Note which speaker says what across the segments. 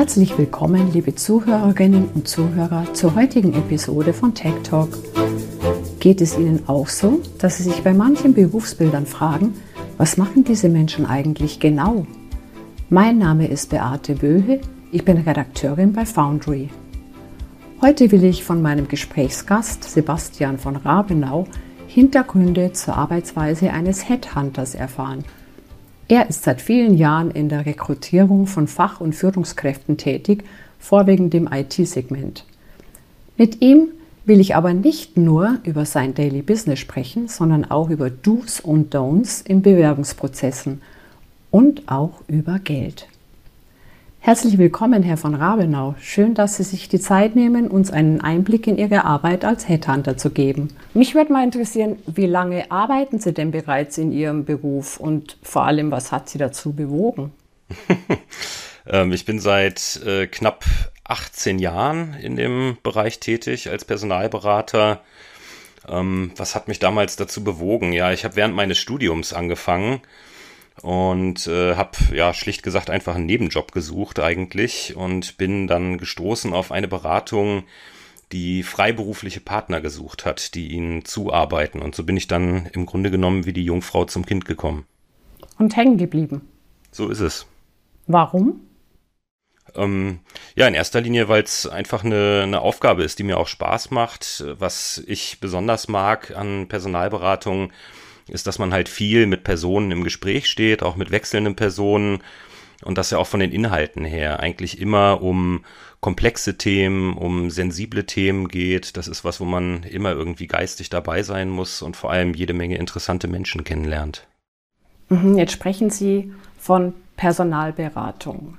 Speaker 1: Herzlich willkommen, liebe Zuhörerinnen und Zuhörer, zur heutigen Episode von Tech Talk. Geht es Ihnen auch so, dass Sie sich bei manchen Berufsbildern fragen, was machen diese Menschen eigentlich genau? Mein Name ist Beate Böhe, ich bin Redakteurin bei Foundry. Heute will ich von meinem Gesprächsgast Sebastian von Rabenau Hintergründe zur Arbeitsweise eines Headhunters erfahren. Er ist seit vielen Jahren in der Rekrutierung von Fach- und Führungskräften tätig, vorwiegend im IT-Segment. Mit ihm will ich aber nicht nur über sein Daily Business sprechen, sondern auch über Do's und Don'ts in Bewerbungsprozessen und auch über Geld. Herzlich willkommen, Herr von Rabenau. Schön, dass Sie sich die Zeit nehmen, uns einen Einblick in Ihre Arbeit als Headhunter zu geben. Mich würde mal interessieren, wie lange arbeiten Sie denn bereits in Ihrem Beruf und vor allem, was hat Sie dazu bewogen?
Speaker 2: Ich bin seit knapp 18 Jahren in dem Bereich tätig als Personalberater. Was hat mich damals dazu bewogen? Ja, ich habe während meines Studiums angefangen und habe schlicht gesagt einfach einen Nebenjob gesucht eigentlich und bin dann gestoßen auf eine Beratung, die freiberufliche Partner gesucht hat, die ihnen zuarbeiten. Und so bin ich dann im Grunde genommen wie die Jungfrau zum Kind gekommen.
Speaker 1: Und hängen geblieben?
Speaker 2: So ist es.
Speaker 1: Warum?
Speaker 2: In erster Linie, weil es einfach eine Aufgabe ist, die mir auch Spaß macht. Was ich besonders mag an Personalberatung ist, dass man halt viel mit Personen im Gespräch steht, auch mit wechselnden Personen und dass ja auch von den Inhalten her eigentlich immer um komplexe Themen, um sensible Themen geht. Das ist was, wo man immer irgendwie geistig dabei sein muss und vor allem jede Menge interessante Menschen kennenlernt.
Speaker 1: Jetzt sprechen Sie von Personalberatung.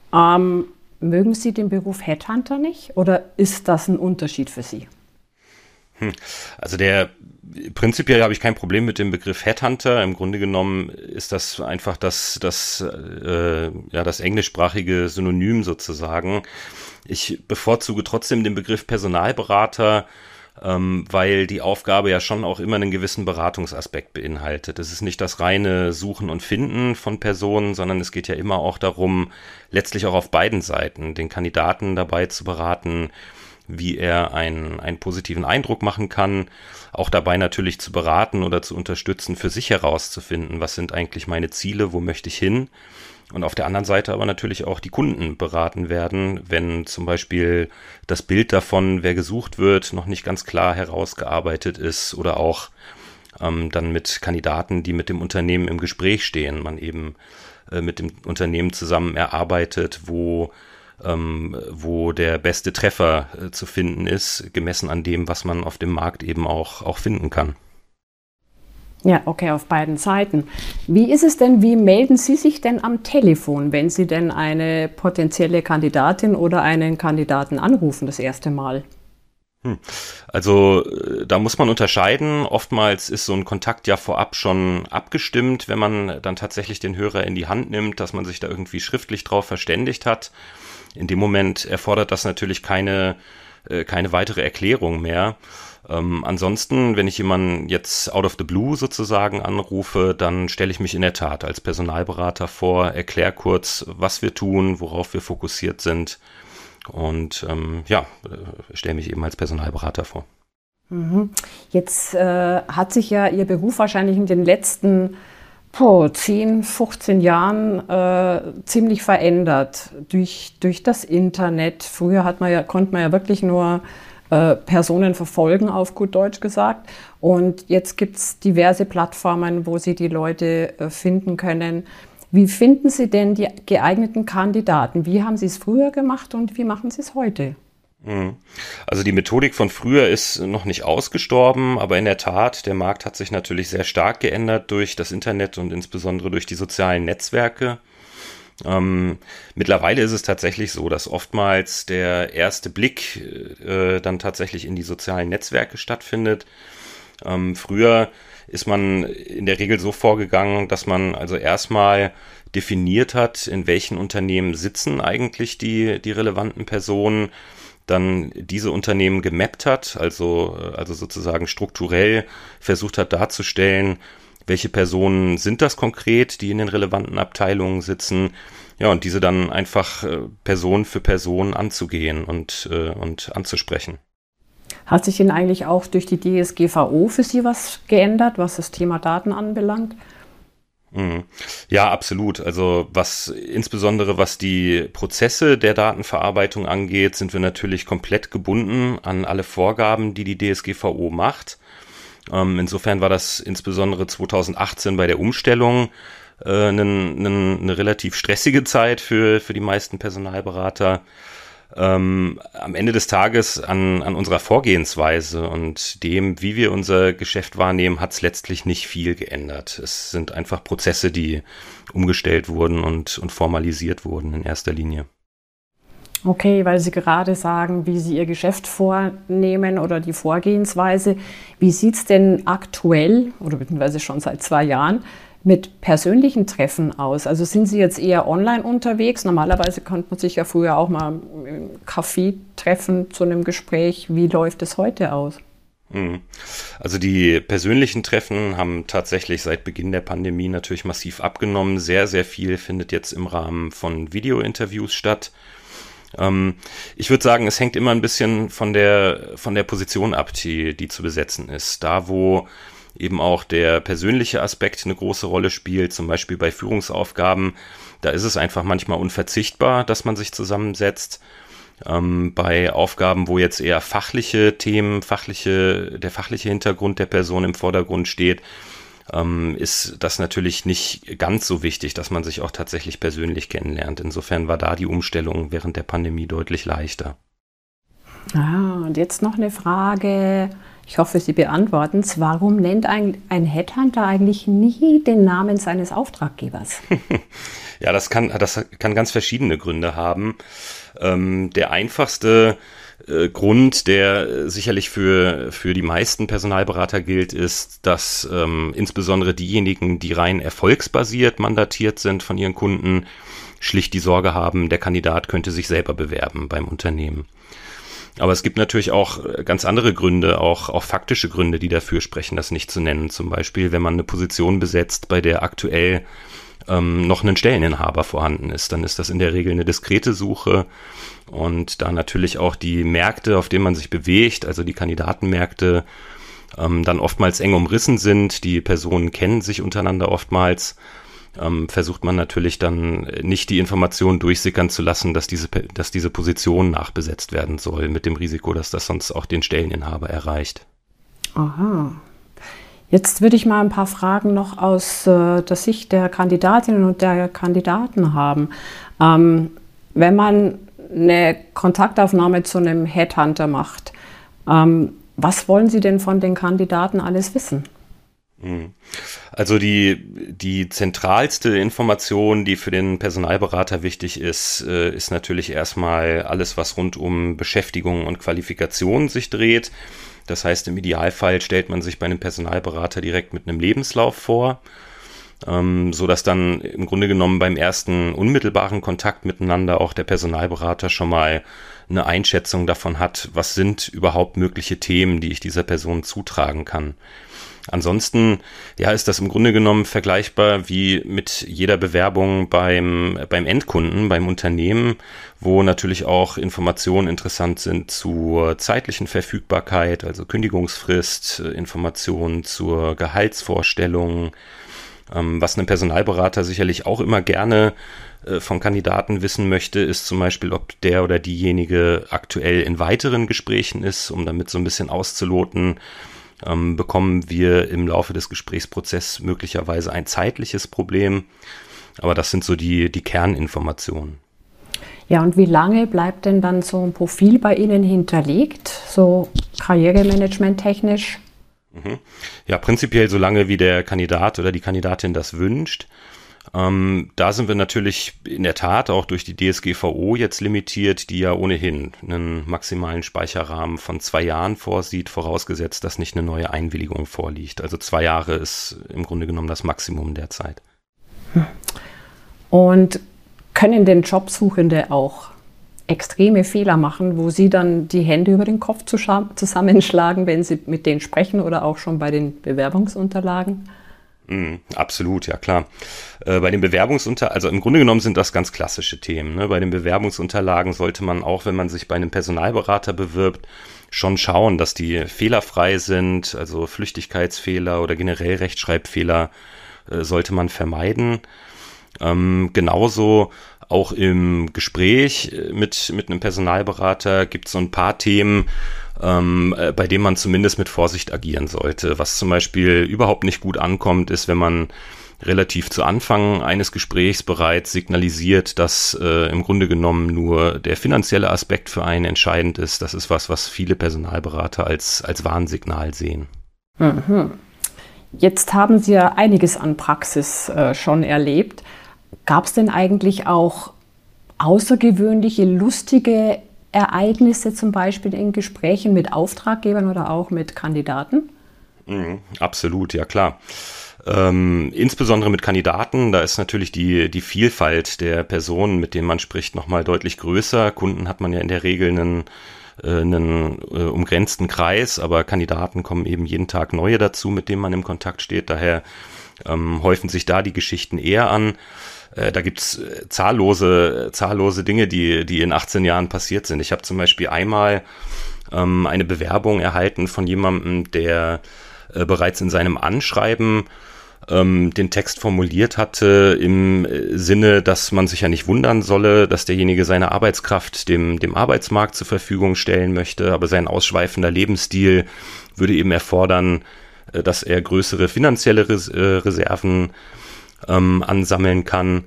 Speaker 1: Mögen Sie den Beruf Headhunter nicht oder ist das ein Unterschied für Sie?
Speaker 2: Also prinzipiell habe ich kein Problem mit dem Begriff Headhunter. Im Grunde genommen ist das einfach das englischsprachige Synonym sozusagen. Ich bevorzuge trotzdem den Begriff Personalberater, weil die Aufgabe ja schon auch immer einen gewissen Beratungsaspekt beinhaltet. Es ist nicht das reine Suchen und Finden von Personen, sondern es geht ja immer auch darum, letztlich auch auf beiden Seiten den Kandidaten dabei zu beraten, wie er einen positiven Eindruck machen kann, auch dabei natürlich zu beraten oder zu unterstützen, für sich herauszufinden, was sind eigentlich meine Ziele, wo möchte ich hin. Und auf der anderen Seite aber natürlich auch die Kunden beraten werden, wenn zum Beispiel das Bild davon, wer gesucht wird, noch nicht ganz klar herausgearbeitet ist oder auch dann mit Kandidaten, die mit dem Unternehmen im Gespräch stehen, man eben mit dem Unternehmen zusammen erarbeitet, wo der beste Treffer zu finden ist, gemessen an dem, was man auf dem Markt eben auch finden kann.
Speaker 1: Ja, okay, auf beiden Seiten. Wie ist es denn, wie melden Sie sich denn am Telefon, wenn Sie denn eine potenzielle Kandidatin oder einen Kandidaten anrufen das erste Mal?
Speaker 2: Also da muss man unterscheiden. Oftmals ist so ein Kontakt ja vorab schon abgestimmt, wenn man dann tatsächlich den Hörer in die Hand nimmt, dass man sich da irgendwie schriftlich drauf verständigt hat. In dem Moment erfordert das natürlich keine weitere Erklärung mehr. Ansonsten, wenn ich jemanden jetzt out of the blue sozusagen anrufe, dann stelle ich mich in der Tat als Personalberater vor, erkläre kurz, was wir tun, worauf wir fokussiert sind und stelle mich eben als Personalberater vor.
Speaker 1: Jetzt hat sich ja Ihr Beruf wahrscheinlich in den letzten 10, 15 Jahren ziemlich verändert durch das Internet. Früher konnte man ja wirklich nur Personen verfolgen, auf gut Deutsch gesagt. Und jetzt gibt es diverse Plattformen, wo Sie die Leute finden können. Wie finden Sie denn die geeigneten Kandidaten? Wie haben Sie es früher gemacht und wie machen Sie es heute?
Speaker 2: Also die Methodik von früher ist noch nicht ausgestorben, aber in der Tat, der Markt hat sich natürlich sehr stark geändert durch das Internet und insbesondere durch die sozialen Netzwerke. Mittlerweile ist es tatsächlich so, dass oftmals der erste Blick dann tatsächlich in die sozialen Netzwerke stattfindet. Früher ist man in der Regel so vorgegangen, dass man also erstmal definiert hat, in welchen Unternehmen sitzen eigentlich die relevanten Personen, dann diese Unternehmen gemappt hat, also sozusagen strukturell versucht hat darzustellen, welche Personen sind das konkret, die in den relevanten Abteilungen sitzen, ja, und diese dann einfach Person für Person anzugehen und anzusprechen.
Speaker 1: Hat sich denn eigentlich auch durch die DSGVO für Sie was geändert, was das Thema Daten anbelangt?
Speaker 2: Ja, absolut. Also insbesondere was die Prozesse der Datenverarbeitung angeht, sind wir natürlich komplett gebunden an alle Vorgaben, die die DSGVO macht. Insofern war das insbesondere 2018 bei der Umstellung eine relativ stressige Zeit für die meisten Personalberater. Am Ende des Tages an unserer Vorgehensweise und dem, wie wir unser Geschäft wahrnehmen, hat es letztlich nicht viel geändert. Es sind einfach Prozesse, die umgestellt wurden und formalisiert wurden in erster Linie.
Speaker 1: Okay, weil Sie gerade sagen, wie Sie Ihr Geschäft vornehmen oder die Vorgehensweise. Wie sieht es denn aktuell oder beziehungsweise schon seit 2 Jahren mit persönlichen Treffen aus? Also sind Sie jetzt eher online unterwegs? Normalerweise konnte man sich ja früher auch mal im Café treffen zu einem Gespräch. Wie läuft es heute aus?
Speaker 2: Also die persönlichen Treffen haben tatsächlich seit Beginn der Pandemie natürlich massiv abgenommen. Sehr, sehr viel findet jetzt im Rahmen von Videointerviews statt. Ich würde sagen, es hängt immer ein bisschen von der Position ab, die zu besetzen ist. Da, wo eben auch der persönliche Aspekt eine große Rolle spielt, zum Beispiel bei Führungsaufgaben, da ist es einfach manchmal unverzichtbar, dass man sich zusammensetzt. Bei Aufgaben, wo jetzt eher fachliche Themen, der fachliche Hintergrund der Person im Vordergrund steht, ist das natürlich nicht ganz so wichtig, dass man sich auch tatsächlich persönlich kennenlernt. Insofern war da die Umstellung während der Pandemie deutlich leichter.
Speaker 1: Und jetzt noch eine Frage, ich hoffe, Sie beantworten es. Warum nennt ein Headhunter eigentlich nie den Namen seines Auftraggebers?
Speaker 2: Ja, das kann ganz verschiedene Gründe haben. Der einfachste Grund, der sicherlich für die meisten Personalberater gilt, ist, dass insbesondere diejenigen, die rein erfolgsbasiert mandatiert sind von ihren Kunden, schlicht die Sorge haben, der Kandidat könnte sich selber bewerben beim Unternehmen. Aber es gibt natürlich auch ganz andere Gründe, auch faktische Gründe, die dafür sprechen, das nicht zu nennen. Zum Beispiel, wenn man eine Position besetzt, bei der aktuell noch ein Stelleninhaber vorhanden ist, dann ist das in der Regel eine diskrete Suche. Und da natürlich auch die Märkte, auf denen man sich bewegt, also die Kandidatenmärkte, dann oftmals eng umrissen sind, die Personen kennen sich untereinander oftmals, versucht man natürlich dann nicht die Information durchsickern zu lassen, dass diese Position nachbesetzt werden soll, mit dem Risiko, dass das sonst auch den Stelleninhaber erreicht.
Speaker 1: Aha. Jetzt würde ich mal ein paar Fragen noch aus der Sicht der Kandidatinnen und der Kandidaten haben. Wenn man eine Kontaktaufnahme zu einem Headhunter macht, was wollen Sie denn von den Kandidaten alles wissen?
Speaker 2: Also die zentralste Information, die für den Personalberater wichtig ist, ist natürlich erstmal alles, was rund um Beschäftigung und Qualifikation sich dreht. Das heißt, im Idealfall stellt man sich bei einem Personalberater direkt mit einem Lebenslauf vor, so dass dann im Grunde genommen beim ersten unmittelbaren Kontakt miteinander auch der Personalberater schon mal eine Einschätzung davon hat, was sind überhaupt mögliche Themen, die ich dieser Person zutragen kann. Ansonsten, ja, ist das im Grunde genommen vergleichbar wie mit jeder Bewerbung beim Endkunden, beim Unternehmen, wo natürlich auch Informationen interessant sind zur zeitlichen Verfügbarkeit, also Kündigungsfrist, Informationen zur Gehaltsvorstellung, was ein Personalberater sicherlich auch immer gerne von Kandidaten wissen möchte, ist zum Beispiel, ob der oder diejenige aktuell in weiteren Gesprächen ist, um damit so ein bisschen auszuloten, bekommen wir im Laufe des Gesprächsprozesses möglicherweise ein zeitliches Problem. Aber das sind so die Kerninformationen.
Speaker 1: Ja, und wie lange bleibt denn dann so ein Profil bei Ihnen hinterlegt, so Karrieremanagement technisch?
Speaker 2: Ja, prinzipiell so lange, wie der Kandidat oder die Kandidatin das wünscht. Da sind wir natürlich in der Tat auch durch die DSGVO jetzt limitiert, die ja ohnehin einen maximalen Speicherrahmen von 2 Jahren vorsieht, vorausgesetzt, dass nicht eine neue Einwilligung vorliegt. Also 2 Jahre ist im Grunde genommen das Maximum der Zeit.
Speaker 1: Und können denn Jobsuchende auch extreme Fehler machen, wo sie dann die Hände über den Kopf zusammenschlagen, wenn sie mit denen sprechen oder auch schon bei den Bewerbungsunterlagen?
Speaker 2: Absolut, ja klar. Bei den also im Grunde genommen sind das ganz klassische Themen. Ne? Bei den Bewerbungsunterlagen sollte man auch, wenn man sich bei einem Personalberater bewirbt, schon schauen, dass die fehlerfrei sind, also Flüchtigkeitsfehler oder generell Rechtschreibfehler sollte man vermeiden. Genauso auch im Gespräch mit einem Personalberater gibt es so ein paar Themen, bei denen man zumindest mit Vorsicht agieren sollte. Was zum Beispiel überhaupt nicht gut ankommt, ist, wenn man relativ zu Anfang eines Gesprächs bereits signalisiert, dass im Grunde genommen nur der finanzielle Aspekt für einen entscheidend ist. Das ist was viele Personalberater als Warnsignal sehen.
Speaker 1: Mhm. Jetzt haben Sie ja einiges an Praxis schon erlebt. Gab es denn eigentlich auch außergewöhnliche, lustige Ereignisse, zum Beispiel in Gesprächen mit Auftraggebern oder auch mit Kandidaten?
Speaker 2: Absolut, ja klar. Insbesondere mit Kandidaten, da ist natürlich die Vielfalt der Personen, mit denen man spricht, nochmal deutlich größer. Kunden hat man ja in der Regel einen umgrenzten Kreis, aber Kandidaten kommen eben jeden Tag neue dazu, mit denen man im Kontakt steht. Daher häufen sich da die Geschichten eher an. Da gibt's zahllose Dinge, die in 18 Jahren passiert sind. Ich habe zum Beispiel einmal eine Bewerbung erhalten von jemandem, der bereits in seinem Anschreiben den Text formuliert hatte im Sinne, dass man sich ja nicht wundern solle, dass derjenige seine Arbeitskraft dem Arbeitsmarkt zur Verfügung stellen möchte, aber sein ausschweifender Lebensstil würde eben erfordern, dass er größere finanzielle Reserven ansammeln kann.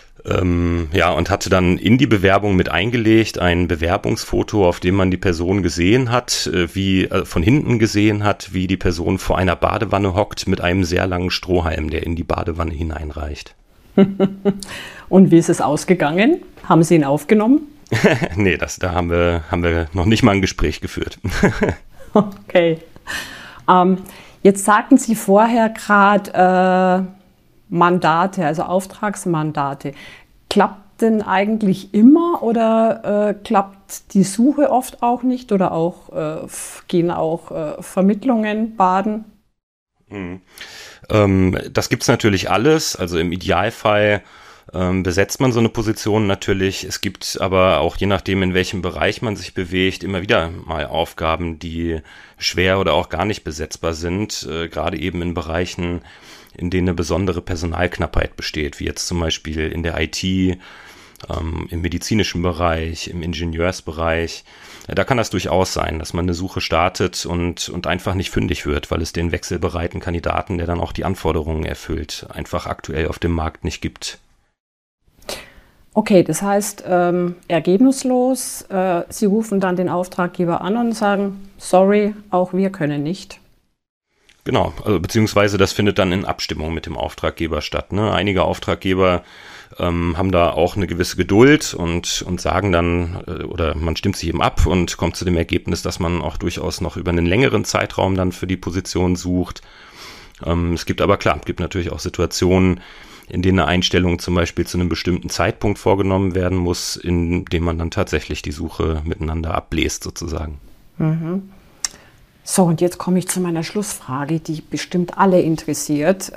Speaker 2: Und hatte dann in die Bewerbung mit eingelegt ein Bewerbungsfoto, auf dem man die Person gesehen hat, von hinten gesehen hat, wie die Person vor einer Badewanne hockt mit einem sehr langen Strohhalm, der in die Badewanne hineinreicht.
Speaker 1: Und wie ist es ausgegangen? Haben Sie ihn aufgenommen?
Speaker 2: Nee, da haben wir noch nicht mal ein Gespräch geführt.
Speaker 1: Okay. Jetzt sagten Sie vorher gerade Mandate, also Auftragsmandate. Klappt denn eigentlich immer oder klappt die Suche oft auch nicht oder auch gehen auch Vermittlungen baden?
Speaker 2: Das gibt's natürlich alles. Also im Idealfall besetzt man so eine Position natürlich. Es gibt aber auch, je nachdem, in welchem Bereich man sich bewegt, immer wieder mal Aufgaben, die schwer oder auch gar nicht besetzbar sind, gerade eben in Bereichen, in denen eine besondere Personalknappheit besteht, wie jetzt zum Beispiel in der IT, im medizinischen Bereich, im Ingenieursbereich. Da kann das durchaus sein, dass man eine Suche startet und einfach nicht fündig wird, weil es den wechselbereiten Kandidaten, der dann auch die Anforderungen erfüllt, einfach aktuell auf dem Markt nicht gibt.
Speaker 1: Okay, das heißt, ergebnislos, Sie rufen dann den Auftraggeber an und sagen, sorry, auch wir können nicht.
Speaker 2: Genau, also beziehungsweise das findet dann in Abstimmung mit dem Auftraggeber statt. Ne? Einige Auftraggeber haben da auch eine gewisse Geduld und sagen dann, oder man stimmt sich eben ab und kommt zu dem Ergebnis, dass man auch durchaus noch über einen längeren Zeitraum dann für die Position sucht. Es gibt natürlich auch Situationen, in denen eine Einstellung zum Beispiel zu einem bestimmten Zeitpunkt vorgenommen werden muss, in dem man dann tatsächlich die Suche miteinander abbläst sozusagen.
Speaker 1: Mhm. So, und jetzt komme ich zu meiner Schlussfrage, die bestimmt alle interessiert.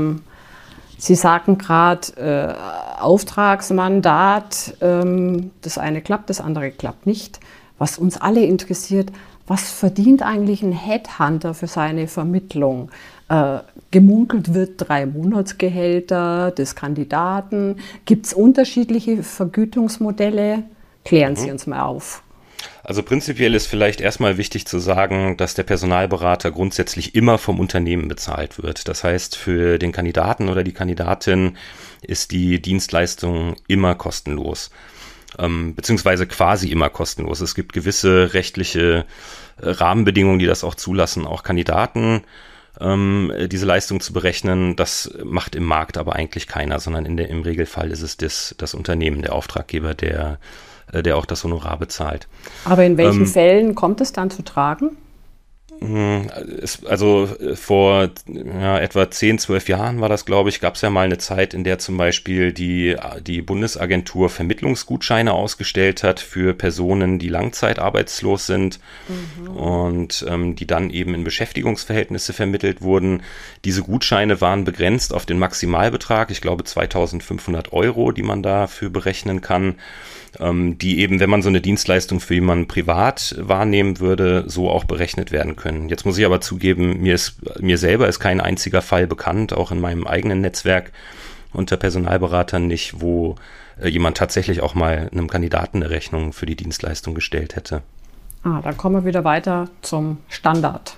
Speaker 1: Sie sagten gerade Auftragsmandat, das eine klappt, das andere klappt nicht. Was uns alle interessiert, was verdient eigentlich ein Headhunter für seine Vermittlung? Gemunkelt wird 3 Monatsgehälter des Kandidaten. Gibt es unterschiedliche Vergütungsmodelle? Klären Sie uns mal auf.
Speaker 2: Also prinzipiell ist vielleicht erstmal wichtig zu sagen, dass der Personalberater grundsätzlich immer vom Unternehmen bezahlt wird. Das heißt, für den Kandidaten oder die Kandidatin ist die Dienstleistung immer kostenlos, beziehungsweise quasi immer kostenlos. Es gibt gewisse rechtliche Rahmenbedingungen, die das auch zulassen, auch Kandidaten diese Leistung zu berechnen. Das macht im Markt aber eigentlich keiner, sondern im Regelfall ist es das Unternehmen, der Auftraggeber, der auch das Honorar bezahlt.
Speaker 1: Aber in welchen Fällen kommt es dann zu tragen?
Speaker 2: Also vor etwa 10, 12 Jahren war das, glaube ich, gab es ja mal eine Zeit, in der zum Beispiel die Bundesagentur Vermittlungsgutscheine ausgestellt hat für Personen, die langzeitarbeitslos sind und die dann eben in Beschäftigungsverhältnisse vermittelt wurden. Diese Gutscheine waren begrenzt auf den Maximalbetrag, ich glaube 2.500 €, die man dafür berechnen kann, die eben, wenn man so eine Dienstleistung für jemanden privat wahrnehmen würde, so auch berechnet werden können. Jetzt muss ich aber zugeben, mir selber ist kein einziger Fall bekannt, auch in meinem eigenen Netzwerk unter Personalberatern nicht, wo jemand tatsächlich auch mal einem Kandidaten eine Rechnung für die Dienstleistung gestellt hätte.
Speaker 1: Dann kommen wir wieder weiter zum Standard.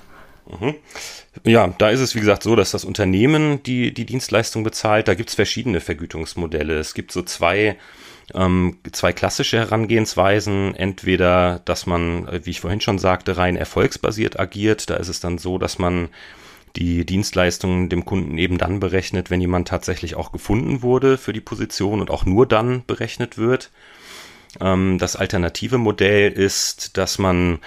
Speaker 2: Ja, da ist es wie gesagt so, dass das Unternehmen die Dienstleistung bezahlt. Da gibt es verschiedene Vergütungsmodelle. Es gibt so zwei klassische Herangehensweisen. Entweder, dass man, wie ich vorhin schon sagte, rein erfolgsbasiert agiert. Da ist es dann so, dass man die Dienstleistungen dem Kunden eben dann berechnet, wenn jemand tatsächlich auch gefunden wurde für die Position und auch nur dann berechnet wird. Das alternative Modell ist, dass man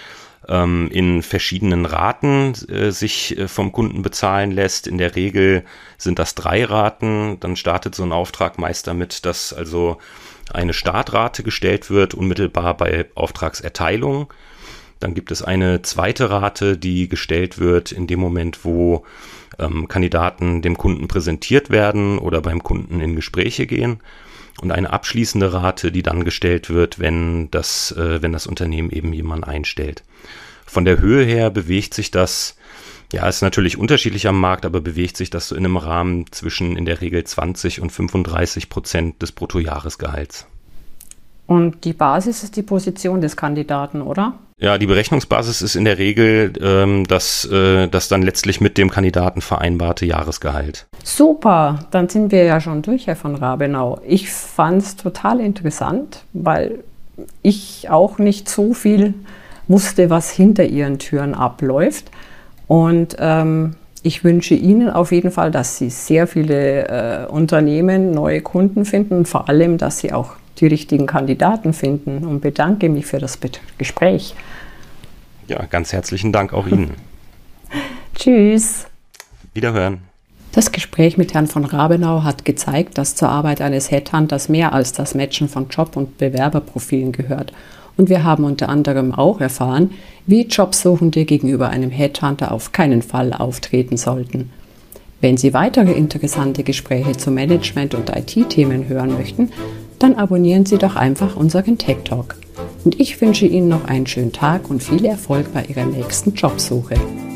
Speaker 2: in verschiedenen Raten sich vom Kunden bezahlen lässt. In der Regel sind das 3 Raten. Dann startet so ein Auftrag meist damit, dass also eine Startrate gestellt wird, unmittelbar bei Auftragserteilung. Dann gibt es eine zweite Rate, die gestellt wird in dem Moment, wo Kandidaten dem Kunden präsentiert werden oder beim Kunden in Gespräche gehen. Und eine abschließende Rate, die dann gestellt wird, wenn das Unternehmen eben jemanden einstellt. Von der Höhe her bewegt sich das, ja, ist natürlich unterschiedlich am Markt, aber bewegt sich das so in einem Rahmen zwischen in der Regel 20% und 35% des Bruttojahresgehalts.
Speaker 1: Und die Basis ist die Position des Kandidaten, oder?
Speaker 2: Ja, die Berechnungsbasis ist in der Regel das dann letztlich mit dem Kandidaten vereinbarte Jahresgehalt.
Speaker 1: Super, dann sind wir ja schon durch, Herr von Rabenau. Ich fand es total interessant, weil ich auch nicht so viel wusste, was hinter Ihren Türen abläuft. Und ich wünsche Ihnen auf jeden Fall, dass Sie sehr viele Unternehmen, neue Kunden finden und vor allem, dass Sie auch die richtigen Kandidaten finden, und bedanke mich für das Gespräch.
Speaker 2: Ja, ganz herzlichen Dank auch Ihnen.
Speaker 1: Tschüss.
Speaker 2: Wiederhören.
Speaker 1: Das Gespräch mit Herrn von Rabenau hat gezeigt, dass zur Arbeit eines Headhunters mehr als das Matchen von Job- und Bewerberprofilen gehört. Und wir haben unter anderem auch erfahren, wie Jobsuchende gegenüber einem Headhunter auf keinen Fall auftreten sollten. Wenn Sie weitere interessante Gespräche zu Management- und IT-Themen hören möchten, dann abonnieren Sie doch einfach unseren Tech Talk. Und ich wünsche Ihnen noch einen schönen Tag und viel Erfolg bei Ihrer nächsten Jobsuche.